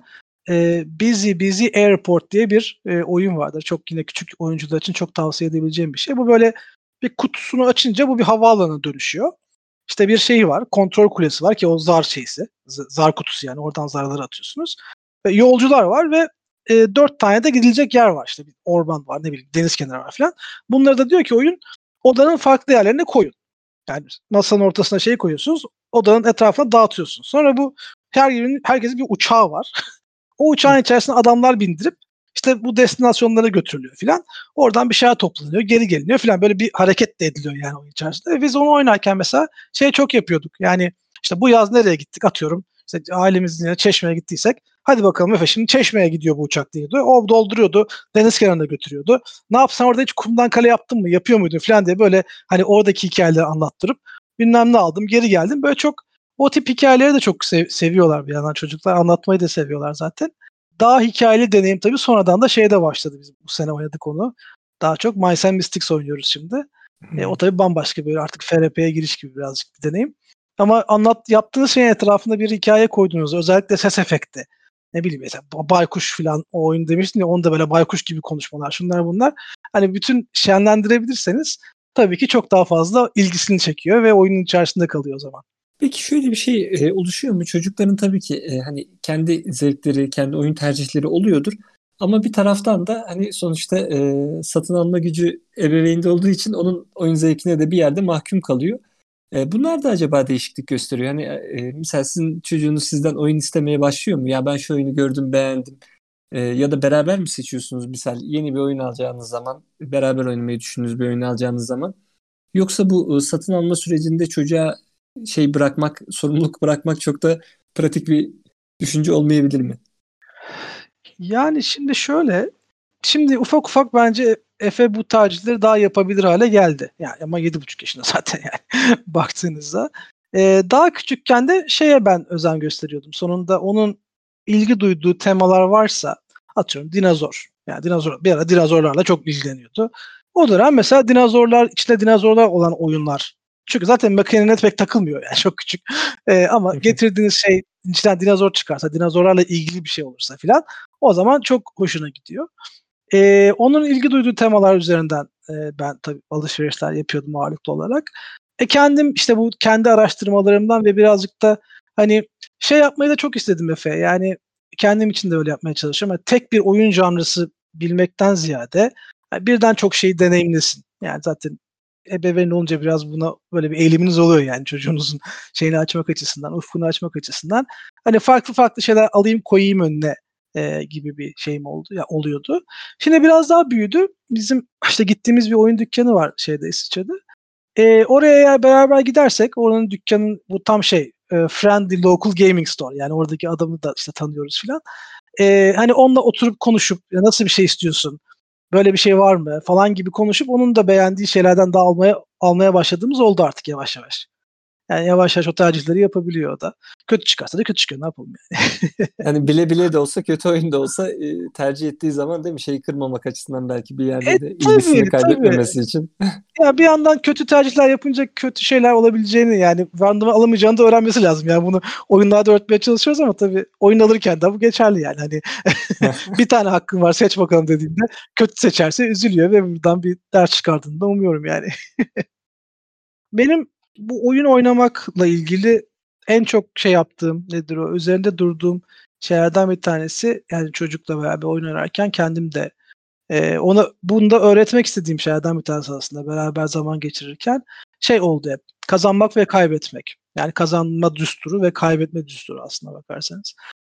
Busy Airport diye bir oyun vardır. Çok yine küçük oyuncular için çok tavsiye edebileceğim bir şey. Bu böyle bir kutusunu açınca bu bir havaalanına dönüşüyor. İşte bir şeyi var. Kontrol kulesi var ki o zar şeysi. Zar kutusu yani. Oradan zarları atıyorsunuz. Yolcular var ve 4 tane de gidilecek yer var. İşte bir orman var, ne bileyim deniz kenarı var falan. Bunları da diyor ki oyun odanın farklı yerlerine koyun. Yani masanın ortasına şey koyuyorsunuz. Odanın etrafına dağıtıyorsunuz. Sonra bu herkesin bir uçağı var. O uçağın içerisine adamlar bindirip işte bu destinasyonlara götürülüyor filan. Oradan bir şeyler toplanıyor, geri geliniyor filan. Böyle bir hareket de ediliyor yani oyun içerisinde. Ve biz onu oynarken mesela çok yapıyorduk. Yani işte bu yaz nereye gittik atıyorum. İşte ailemizin Çeşme'ye gittiysek hadi bakalım Efe şimdi Çeşme'ye gidiyor bu uçak diyordu. O dolduruyordu. Deniz kenarına götürüyordu. Ne yapsan orada hiç kumdan kale yaptın mı? Yapıyor muydun filan diye böyle hani oradaki hikayeleri anlattırıp bilmem ne aldım geri geldim. Böyle çok o tip hikayeleri de çok seviyorlar bir yandan çocuklar. Anlatmayı da seviyorlar zaten. Daha hikayeli deneyim tabii sonradan da şeyde başladı biz bu sene oynadık onu. Daha çok Mice and Mystics oynuyoruz şimdi. O tabii bambaşka böyle artık FRP'ye giriş gibi birazcık bir deneyim. Ama yaptığınız şeyin etrafında bir hikaye koydunuz. Özellikle ses efekti. Ne bileyim mesela baykuş falan o oyun demiştin ya onda böyle baykuş gibi konuşmalar şunlar bunlar. Hani bütün şenlendirebilirseniz tabii ki çok daha fazla ilgisini çekiyor ve oyunun içerisinde kalıyor o zaman. Peki şöyle bir şey oluşuyor mu? Çocukların tabii ki hani kendi zevkleri, kendi oyun tercihleri oluyordur. Ama bir taraftan da hani sonuçta satın alma gücü ebeveynde olduğu için onun oyun zevkine de bir yerde mahkum kalıyor. Bunlar da acaba değişiklik gösteriyor. Hani mesela sizin çocuğunuz sizden oyun istemeye başlıyor mu? Ya ben şu oyunu gördüm, beğendim. Ya da beraber mi seçiyorsunuz? Misal yeni bir oyun alacağınız zaman, beraber oynamayı düşündüğünüz bir oyun alacağınız zaman. Yoksa bu satın alma sürecinde çocuğa şey bırakmak, sorumluluk bırakmak çok da pratik bir düşünce olmayabilir mi? Yani şimdi şöyle, şimdi ufak ufak bence Efe bu tercihleri daha yapabilir hale geldi. Yani ama 7,5 yaşında zaten yani baktığınızda. Daha küçükken de şeye ben özen gösteriyordum. Sonunda onun ilgi duyduğu temalar varsa atıyorum dinozor. Yani bir ara dinozorlarla çok ilgileniyordu. O dönem mesela içinde dinozorlar olan oyunlar. Çünkü zaten makinene pek takılmıyor yani çok küçük. Ama getirdiğiniz şey içinden dinozor çıkarsa, dinozorlarla ilgili bir şey olursa filan o zaman çok hoşuna gidiyor. Onun ilgi duyduğu temalar üzerinden ben tabii alışverişler yapıyordum ağırlıklı olarak. Kendim işte bu kendi araştırmalarımdan ve birazcık da hani şey yapmayı da çok istedim Efe. Yani kendim için de öyle yapmaya çalışıyorum. Yani tek bir oyun janrısı bilmekten ziyade birden çok şeyi deneyimlesin. Yani zaten ebeveyn olunca biraz buna böyle bir eğiliminiz oluyor yani çocuğunuzun şeyini açmak açısından, ufkunu açmak açısından. Hani farklı farklı şeyler alayım koyayım önüne gibi bir şeyim oldu ya oluyordu. Şimdi biraz daha büyüdü. Bizim işte gittiğimiz bir oyun dükkanı var şeyde İsviçre'de. Oraya eğer beraber gidersek oranın dükkanın bu tam friendly local gaming store yani oradaki adamı da işte tanıyoruz filan. Hani onunla oturup konuşup ya nasıl bir şey istiyorsun? Böyle bir şey var mı? Falan gibi konuşup onun da beğendiği şeylerden daha almaya başladığımız oldu artık yavaş yavaş. Yani yavaş yavaş o tercihleri yapabiliyor o da. Kötü çıkarsa da kötü çıkıyor. Ne yapalım yani. Yani bile bile de olsa kötü oyun da olsa tercih ettiği zaman değil mi şeyi kırmamak açısından belki bir yerde de ilgisini Tabii. kaybetmemesi için. Ya bir yandan kötü tercihler yapınca kötü şeyler olabileceğini yani randıman alamayacağını da öğrenmesi lazım. Yani bunu oyunlarda öğretmeye çalışıyoruz ama tabii oyun alırken de bu geçerli yani. Hani bir tane hakkın var seç bakalım dediğinde kötü seçerse üzülüyor ve buradan bir ders çıkardığını da umuyorum yani. Benim bu oyun oynamakla ilgili en çok yaptığım nedir o? Üzerinde durduğum şeylerden bir tanesi yani çocukla beraber oyun oynarken kendim de ona bunu da öğretmek istediğim şeylerden bir tanesi aslında beraber zaman geçirirken oldu hep. Kazanmak ve kaybetmek. Yani kazanma düsturu ve kaybetme düsturu aslına bakarsanız.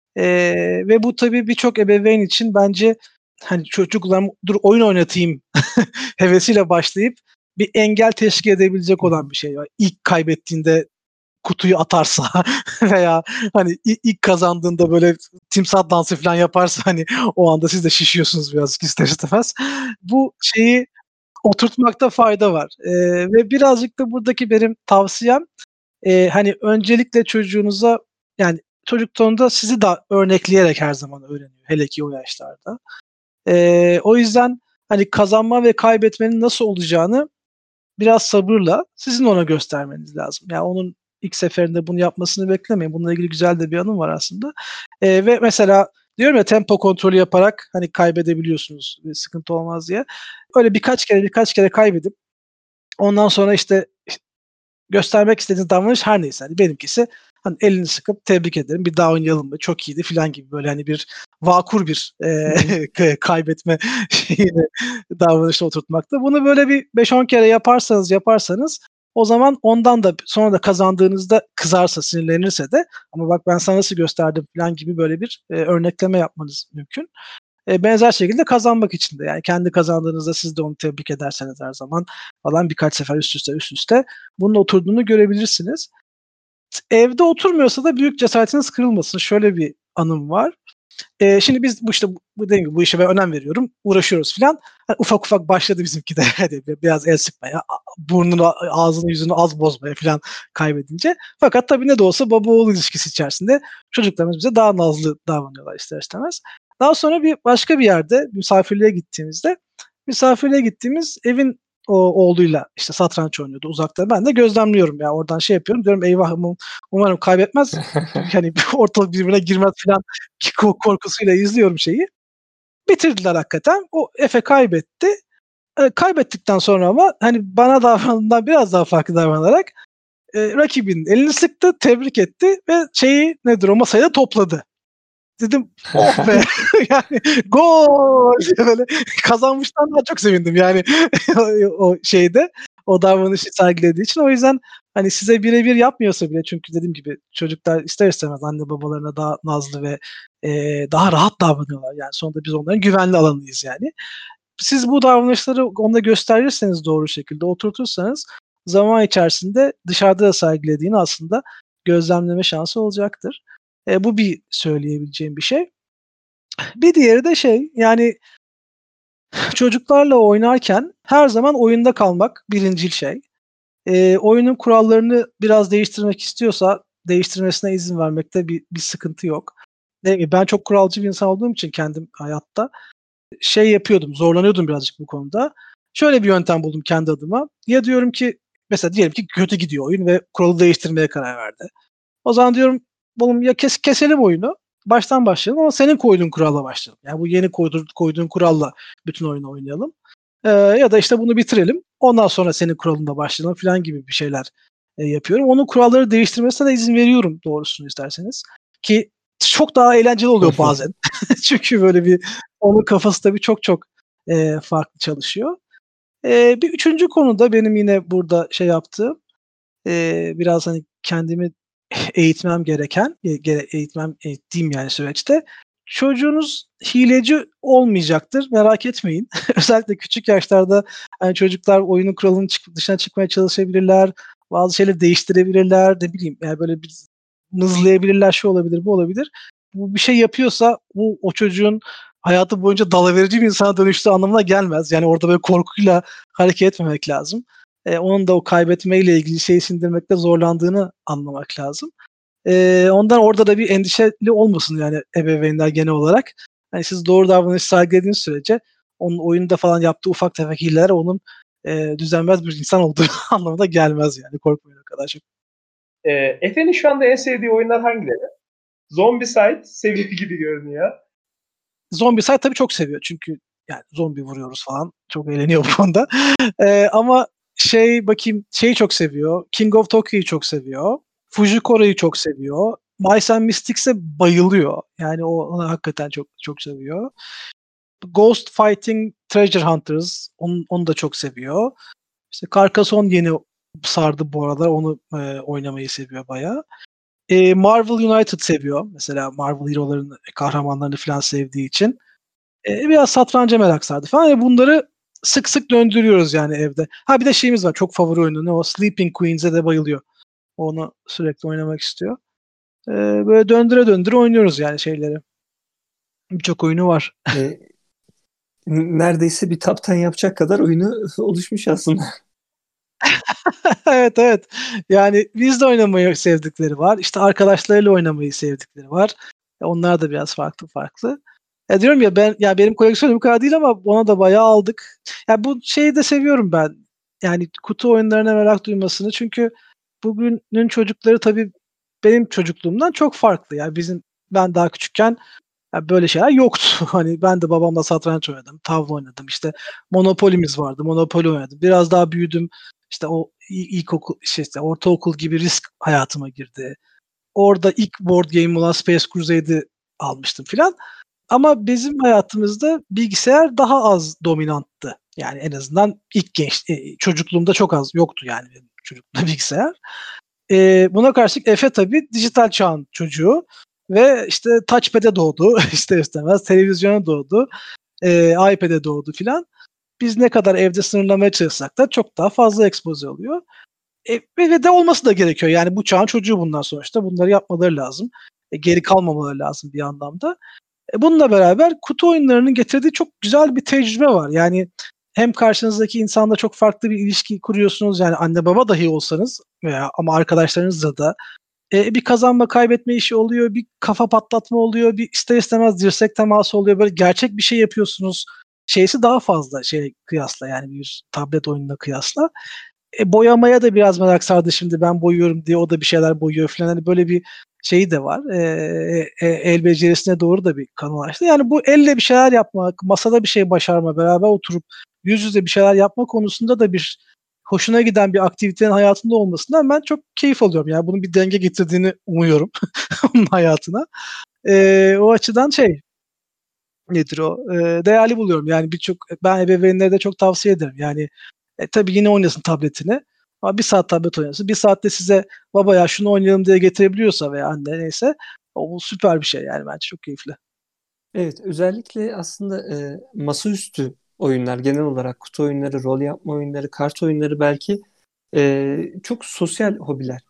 Ve bu tabii birçok ebeveyn için bence hani çocuklar dur oyun oynatayım hevesiyle başlayıp bir engel teşkil edebilecek olan bir şey. Yani ilk kaybettiğinde kutuyu atarsa veya hani ilk kazandığında böyle timsah dansı falan yaparsa hani o anda siz de şişiyorsunuz birazcık ister istemez. Bu şeyi oturtmakta fayda var. Ve birazcık da buradaki benim tavsiyem hani öncelikle çocuğunuza yani çocukluğunda sizi de örnekleyerek her zaman öğreniyor. Hele ki o yaşlarda. O yüzden hani kazanma ve kaybetmenin nasıl olacağını biraz sabırla sizin ona göstermeniz lazım. Yani onun ilk seferinde bunu yapmasını beklemeyin. Bununla ilgili güzel de bir anım var aslında. Ve mesela diyorum ya tempo kontrolü yaparak hani kaybedebiliyorsunuz. Bir sıkıntı olmaz diye. Öyle birkaç kere kaybedip ondan sonra işte göstermek istediğiniz davranış her neyse. Hani benimkisi hani elini sıkıp tebrik ederim bir daha oynayalım mı çok iyiydi falan gibi böyle hani bir vakur bir kaybetme şeyini davranışta oturtmakta. Bunu böyle bir 5-10 kere yaparsanız o zaman ondan da sonra da kazandığınızda kızarsa sinirlenirse de ama bak ben sana nasıl gösterdim falan gibi böyle bir örnekleme yapmanız mümkün. Benzer şekilde kazanmak için de yani kendi kazandığınızda siz de onu tebrik ederseniz her zaman falan birkaç sefer üst üste bunun oturduğunu görebilirsiniz. Evde oturmuyorsa da büyük cesaretiniz kırılmasın. Şöyle bir anım var. Şimdi biz bu işe ben önem veriyorum. Uğraşıyoruz filan. Hani ufak başladı bizimki de hadi biraz el sıkmaya, burnunu, ağzını, yüzünü az bozmaya filan kaybedince. Fakat tabii ne de olsa baba oğul ilişkisi içerisinde çocuklarımız bize daha nazlı davranıyorlar ister istemez. Daha sonra başka bir yerde misafirliğe gittiğimiz evin oğluyla işte satranç oynuyordu uzakta. Ben de gözlemliyorum ya oradan şey yapıyorum. Diyorum eyvah umarım kaybetmez. Çünkü hani ortalık birbirine girmez falan korkusuyla izliyorum şeyi. Bitirdiler hakikaten. O Efe kaybetti. Kaybettikten sonra ama hani bana davrandığından biraz daha farklı davranarak rakibinin elini sıktı, tebrik etti ve o masayı da topladı. Dedim oh be yani gol böyle kazanmıştan daha çok sevindim yani o şeyde o davranışı sergilediği için. O yüzden hani size birebir yapmıyorsa bile çünkü dediğim gibi çocuklar ister istemez anne babalarına daha nazlı ve daha rahat davranıyorlar. Yani sonunda biz onların güvenli alanıyız yani. Siz bu davranışları onda gösterirseniz doğru şekilde oturtursanız zaman içerisinde dışarıda da sergilediğini aslında gözlemleme şansı olacaktır. Bu bir söyleyebileceğim bir şey. Bir diğeri de yani çocuklarla oynarken her zaman oyunda kalmak birincil şey. Oyunun kurallarını biraz değiştirmek istiyorsa değiştirmesine izin vermekte bir sıkıntı yok. Ben çok kuralcı bir insan olduğum için kendim hayatta yapıyordum, zorlanıyordum birazcık bu konuda. Şöyle bir yöntem buldum kendi adıma. Ya diyorum ki mesela diyelim ki kötü gidiyor oyun ve kuralı değiştirmeye karar verdi. O zaman diyorum oğlum ya keselim oyunu. Baştan başlayalım ama senin koyduğun kuralla başlayalım. Yani bu yeni koyduğun kuralla bütün oyunu oynayalım. Ya da işte bunu bitirelim. Ondan sonra senin kuralınla başlayalım falan gibi bir şeyler yapıyorum. Onun kuralları değiştirmesine de izin veriyorum doğrusunu isterseniz. Ki çok daha eğlenceli oluyor bazen. Çünkü böyle onun kafası tabii çok farklı çalışıyor. Bir üçüncü konuda benim yine burada yaptığım biraz hani kendimi eğittiğim yani süreçte çocuğunuz hileci olmayacaktır. Merak etmeyin. Özellikle küçük yaşlarda hani çocuklar oyunun kuralının dışına çıkmaya çalışabilirler. Bazı şeyleri değiştirebilirler. Ne bileyim yani böyle bir mızlayabilirler. Şu olabilir, bu olabilir. Bu bir şey yapıyorsa bu o çocuğun hayatı boyunca dalaverici bir insana dönüştüğü anlamına gelmez. Yani orada böyle korkuyla hareket etmemek lazım. Onun da o kaybetmeyle ilgili şeyi sindirmekte zorlandığını anlamak lazım. Ondan orada da bir endişeli olmasın yani ebeveynler genel olarak. Yani siz doğru davranış sergilediğiniz sürece onun oyunda falan yaptığı ufak tefek hilleler onun düzenbaz bir insan olduğu anlamına gelmez yani. Korkmayın o kadar çok. Efe'nin şu anda en sevdiği oyunlar hangileri? Zombicide seviyor gibi görünüyor. Zombicide tabii çok seviyor çünkü yani zombi vuruyoruz falan. Çok eğleniyor bu konuda. Ama şeyi çok seviyor. King of Tokyo'yu çok seviyor. Fujikora'yı çok seviyor. Mice and Mystics'e bayılıyor. Yani onu hakikaten çok seviyor. Ghost Fighting Treasure Hunters onu da çok seviyor. İşte Carcassonne yeni sardı bu aralar. Onu oynamayı seviyor bayağı. Marvel United seviyor. Mesela Marvel hero'larını, kahramanlarını falan sevdiği için. Biraz satranca merak sardı falan. Bunları sık sık döndürüyoruz yani evde. Ha bir de şeyimiz var. Çok favori oyunu. Ne o? Sleeping Queens'e de bayılıyor. Onu sürekli oynamak istiyor. Böyle döndüre döndüre oynuyoruz yani şeyleri. Birçok oyunu var. Neredeyse bir top 10 yapacak kadar oyunu oluşmuş aslında. Evet evet. Yani biz de oynamayı sevdikleri var. İşte arkadaşlarıyla oynamayı sevdikleri var. Onlar da biraz farklı farklı. Ya diyorum ya benim koleksiyonum bu kadar değil ama ona da bayağı aldık. Ya bu şeyi de seviyorum ben. Yani kutu oyunlarına merak duymasını. Çünkü bugünün çocukları tabii benim çocukluğumdan çok farklı. Yani ben daha küçükken ya böyle şeyler yoktu. Hani ben de babamla satranç oynadım, tavla oynadım. İşte Monopoly'miz vardı. Monopoly oynadım. Biraz daha büyüdüm. İşte o ilkokul, işte ortaokul gibi risk hayatıma girdi. Orada ilk board game olan Space Crusade'i almıştım filan. Ama bizim hayatımızda bilgisayar daha az dominanttı. Yani en azından ilk çocukluğumda çok az yoktu yani benim çocukluğumda bilgisayar. Buna karşılık Efe tabii dijital çağın çocuğu ve işte touchpad'e doğdu ister istemez, televizyona doğdu, iPad'e doğdu filan. Biz ne kadar evde sınırlamaya çalışsak da çok daha fazla ekspoze oluyor. Ve de olması da gerekiyor. Yani bu çağın çocuğu bunlar sonuçta. Bunları yapmaları lazım. Geri kalmamaları lazım bir anlamda. Bununla beraber kutu oyunlarının getirdiği çok güzel bir tecrübe var. Yani hem karşınızdaki insanla çok farklı bir ilişki kuruyorsunuz. Yani anne baba dahi olsanız veya ama arkadaşlarınızla da bir kazanma kaybetme işi oluyor. Bir kafa patlatma oluyor. Bir ister istemez dirsek teması oluyor. Böyle gerçek bir şey yapıyorsunuz. Şeysi daha fazla kıyasla yani bir tablet oyununa kıyasla. Boyamaya da biraz merak sardı şimdi ben boyuyorum diye o da bir şeyler boyuyor falan. Hani böyle bir şeyi de var. El becerisine doğru da bir kanal açtı. Yani bu elle bir şeyler yapmak, masada bir şey başarma, beraber oturup yüz yüze bir şeyler yapma konusunda da bir hoşuna giden bir aktivitenin hayatında olmasından ben çok keyif alıyorum. Yani bunun bir denge getirdiğini umuyorum onun hayatına. O açıdan nedir o? Değerli buluyorum. Yani ben ebeveynlere de çok tavsiye ederim. Yani tabii yine oynasın tabletini. Ama bir saat tablet oynasın. Bir saatte size baba ya şunu oynayalım diye getirebiliyorsa veya anne neyse o süper bir şey yani bence çok keyifli. Evet, özellikle aslında masaüstü oyunlar, genel olarak kutu oyunları, rol yapma oyunları, kart oyunları belki çok sosyal hobiler.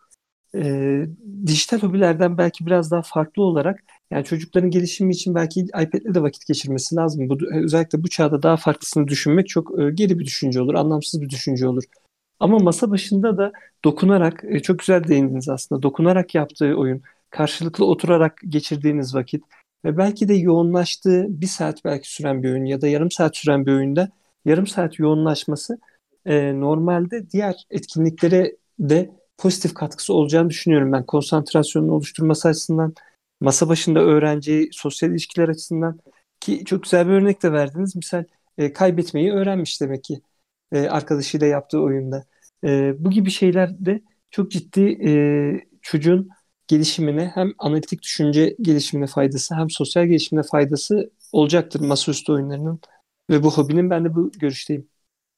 Dijital hobilerden belki biraz daha farklı olarak, yani çocukların gelişimi için belki iPad'le de vakit geçirmesi lazım. Özellikle bu çağda daha farklısını düşünmek çok geri bir düşünce olur, anlamsız bir düşünce olur. Ama masa başında da dokunarak, çok güzel değindiniz aslında. Dokunarak yaptığı oyun, karşılıklı oturarak geçirdiğiniz vakit ve belki de yoğunlaştığı bir saat belki süren bir oyun ya da yarım saat süren bir oyunda yarım saat yoğunlaşması normalde diğer etkinliklere de pozitif katkısı olacağını düşünüyorum ben. Konsantrasyonunu oluşturması açısından, masa başında öğrenci, sosyal ilişkiler açısından, ki çok güzel bir örnek de verdiniz. Misal kaybetmeyi öğrenmiş demek ki arkadaşıyla yaptığı oyunda. Bu gibi şeyler de çok ciddi çocuğun gelişimine, hem analitik düşünce gelişimine faydası hem sosyal gelişimine faydası olacaktır masaüstü oyunlarının ve bu hobinin. Ben de bu görüşteyim.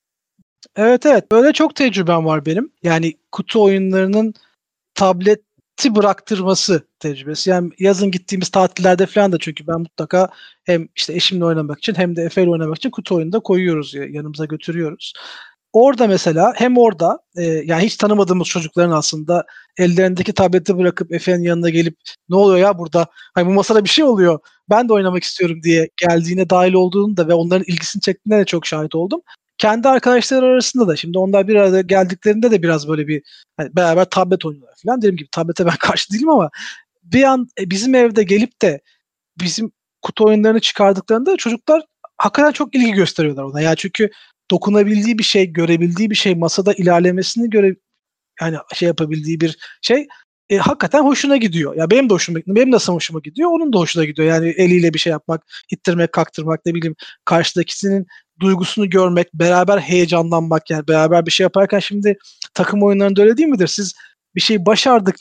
Evet evet böyle çok tecrübem var benim. Yani kutu oyunlarının tableti bıraktırması tecrübesi. Yani yazın gittiğimiz tatillerde falan da çünkü ben mutlaka hem işte eşimle oynamak için hem de Efe'yle oynamak için kutu oyunu da koyuyoruz yanımıza götürüyoruz. Orada mesela hem orada yani hiç tanımadığımız çocukların aslında ellerindeki tableti bırakıp Efe'nin yanına gelip ne oluyor ya burada? Hani bu masada bir şey oluyor. Ben de oynamak istiyorum diye geldiğine dahil olduğunu da ve onların ilgisini çektiğine de çok şahit oldum. Kendi arkadaşları arasında da şimdi onlar bir arada geldiklerinde de biraz böyle bir hani beraber tablet oynuyorlar falan. Dediğim gibi tablete ben karşı değilim ama bir an bizim evde gelip de bizim kutu oyunlarını çıkardıklarında çocuklar hakikaten çok ilgi gösteriyorlar ona. Yani çünkü dokunabildiği bir şey, görebildiği bir şey, masada ilerlemesini yani yapabildiği bir şey hakikaten hoşuna gidiyor. Ya benim de hoşuma gidiyor. Benim nasıl hoşuma gidiyor? Onun da hoşuna gidiyor. Yani eliyle bir şey yapmak, ittirmek, kaktırmak, ne bileyim karşıdakisinin duygusunu görmek, beraber heyecanlanmak yani beraber bir şey yaparken şimdi takım oyunlarında öyle değil midir? Siz bir şey başardıkça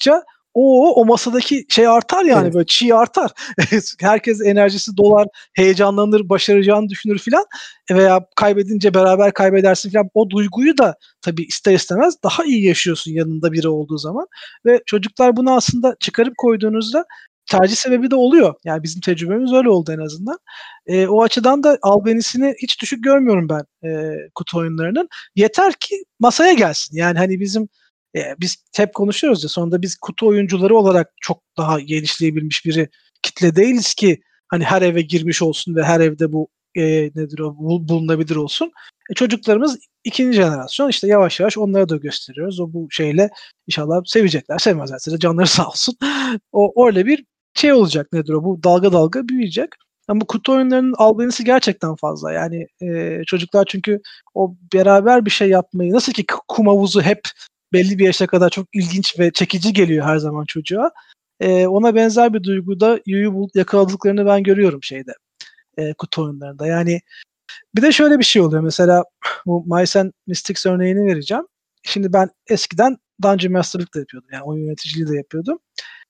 o masadaki şey artar yani, Evet. böyle çiğ artar. Herkes enerjisi dolar, heyecanlanır, başaracağını düşünür filan. Veya kaybedince beraber kaybedersin filan. O duyguyu da tabii ister istemez daha iyi yaşıyorsun yanında biri olduğu zaman. Ve çocuklar bunu aslında çıkarıp koyduğunuzda tercih sebebi de oluyor. Yani bizim tecrübemiz öyle oldu en azından. O açıdan da albenisini hiç düşük görmüyorum ben kutu oyunlarının. Yeter ki masaya gelsin. Yani hani biz hep konuşuyoruz ya, sonunda biz kutu oyuncuları olarak çok daha genişleyebilmiş bir kitle değiliz ki hani her eve girmiş olsun ve her evde bu nedir o bulunabilir olsun. Çocuklarımız ikinci jenerasyon, işte yavaş yavaş onlara da gösteriyoruz. O bu şeyle inşallah sevecekler. Sevmezlerse de canları sağ olsun. O öyle bir şey olacak, nedir o, bu dalga dalga büyüyecek. Ama bu kutu oyunlarının albenisi gerçekten fazla. Yani çocuklar çünkü o beraber bir şey yapmayı, nasıl ki kum havuzu hep belli bir yaşa kadar çok ilginç ve çekici geliyor her zaman çocuğa. Ona benzer bir duyguda yakaladıklarını ben görüyorum kutu oyunlarında. Yani bir de şöyle bir şey oluyor. Mesela bu Mice and Mystics örneğini vereceğim. Şimdi ben eskiden Dungeon Master'lık da yapıyordum. Yani oyun yöneticiliği de yapıyordum.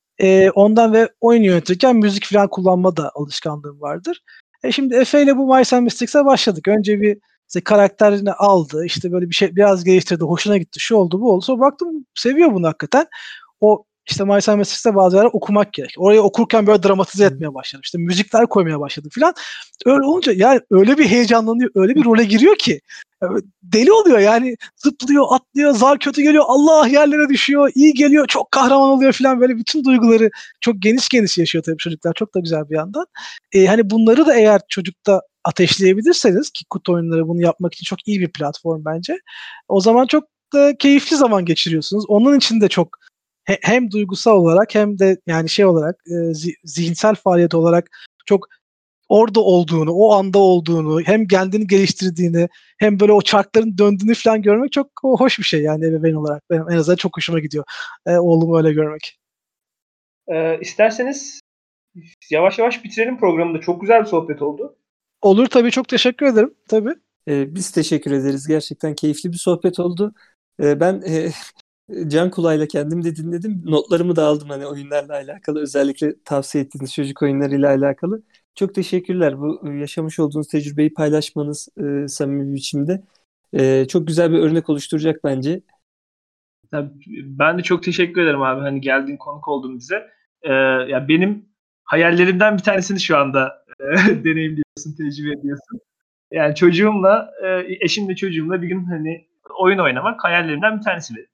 Ondan ve oyun yönetirken müzik falan kullanma da alışkanlığım vardır. Şimdi Efe ile bu Mice and Mystics'e başladık. Önce işte karakterini aldı. İşte böyle bir şey biraz geliştirdi. Hoşuna gitti. Şu oldu bu oldu. Sonra baktım seviyor bunu hakikaten. O işte Mice and Mystics'te bazı yerler okumak gerek. Orayı okurken böyle dramatize etmeye başladım. İşte müzikler koymaya başladım filan. Öyle olunca yani öyle bir heyecanlanıyor. Öyle bir role giriyor ki. Deli oluyor yani, zıplıyor, atlıyor, zar kötü geliyor, Allah yerlere düşüyor, iyi geliyor, çok kahraman oluyor falan, böyle bütün duyguları çok geniş geniş yaşıyor tabii çocuklar. Çok da güzel bir yandan. Hani bunları da eğer çocukta ateşleyebilirseniz, ki kutu oyunları bunu yapmak için çok iyi bir platform bence. O zaman çok da keyifli zaman geçiriyorsunuz. Onun için de çok hem duygusal olarak hem de yani şey olarak zihinsel faaliyet olarak çok orada olduğunu, o anda olduğunu, hem kendini geliştirdiğini, hem böyle o çarkların döndüğünü falan görmek çok hoş bir şey yani ebeveyn olarak. Benim en azından çok hoşuma gidiyor oğlumu öyle görmek. İsterseniz yavaş yavaş bitirelim programı da. Çok güzel bir sohbet oldu. Olur tabii, çok teşekkür ederim. Tabii. Biz teşekkür ederiz. Gerçekten keyifli bir sohbet oldu. Ben can kulağıyla kendim de dinledim. Notlarımı da aldım hani oyunlarla alakalı. Özellikle tavsiye ettiğiniz çocuk oyunlarıyla alakalı. Çok teşekkürler. Bu yaşamış olduğunuz tecrübeyi paylaşmanız samimi bir biçimde. Çok güzel bir örnek oluşturacak bence. Tabii, ben de çok teşekkür ederim abi. Hani geldiğin, konuk oldun bize. Ya benim hayallerimden bir tanesini şu anda deneyimliyorsun, tecrübe ediyorsun. Yani çocuğumla, eşimle çocuğumla bir gün hani oyun oynamak hayallerimden bir tanesi benim.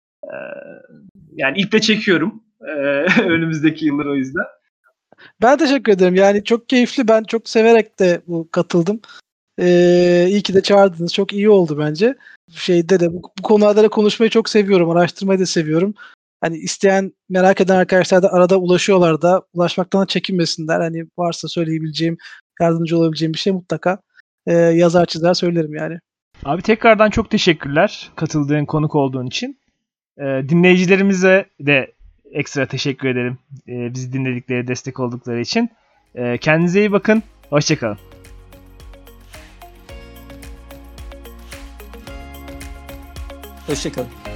Yani iple çekiyorum önümüzdeki yıllar o yüzden. Ben teşekkür ederim. Yani çok keyifli. Ben çok severek de katıldım. İyi ki de çağırdınız. Çok iyi oldu bence. Bu konularda da konuşmayı çok seviyorum. Araştırmayı da seviyorum. Hani isteyen, merak eden arkadaşlar da arada ulaşıyorlar da, ulaşmaktan da çekinmesinler. Hani varsa söyleyebileceğim, yardımcı olabileceğim bir şey mutlaka yazar çizer söylerim yani. Abi tekrardan çok teşekkürler katıldığın, konuk olduğun için. Dinleyicilerimize de ekstra teşekkür ederim. Bizi dinledikleri, destek oldukları için. Kendinize iyi bakın. Hoşçakalın. Hoşçakalın.